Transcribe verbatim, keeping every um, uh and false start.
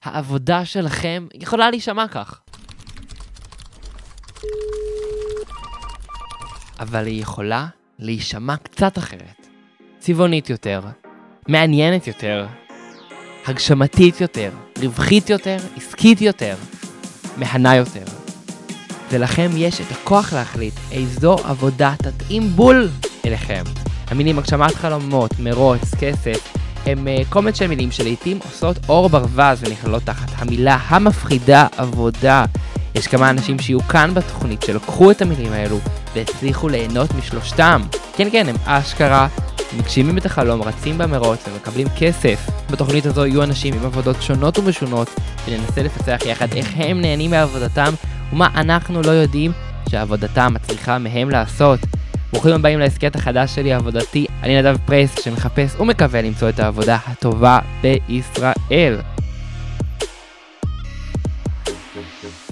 העבודה שלכם יכולה להישמע כך. אבל היא יכולה להישמע קצת אחרת. צבעונית יותר, מעניינת יותר, הגשמתית יותר, רווחית יותר, עסקית יותר, מהנה יותר. ולכם יש את הכוח להחליט איזו עבודה תתאים בול אליכם. המילים הגשמת חלומות, מרוץ, כסף, הם קומץ של מילים שלעיתים עושות אור ברווז ונכללות תחת המילה המפחידה עבודה. יש כמה אנשים שיהיו כאן בתוכנית שלקחו את המילים האלו והצליחו ליהנות משלושתם. כן כן, הם אשכרה מגשימים את החלום, רצים במרוץ ומקבלים כסף. בתוכנית הזו יהיו אנשים עם עבודות שונות ומשונות וננסה לפצח יחד איך הם נהנים מעבודתם ומה אנחנו לא יודעים שעבודתם מצליחה מהם לעשות. ברוכים הבאים להסכת החדש שלי, עבודתי. אני נדב פרייס שמחפש ומקווה למצוא את העבודה הטובה בישראל.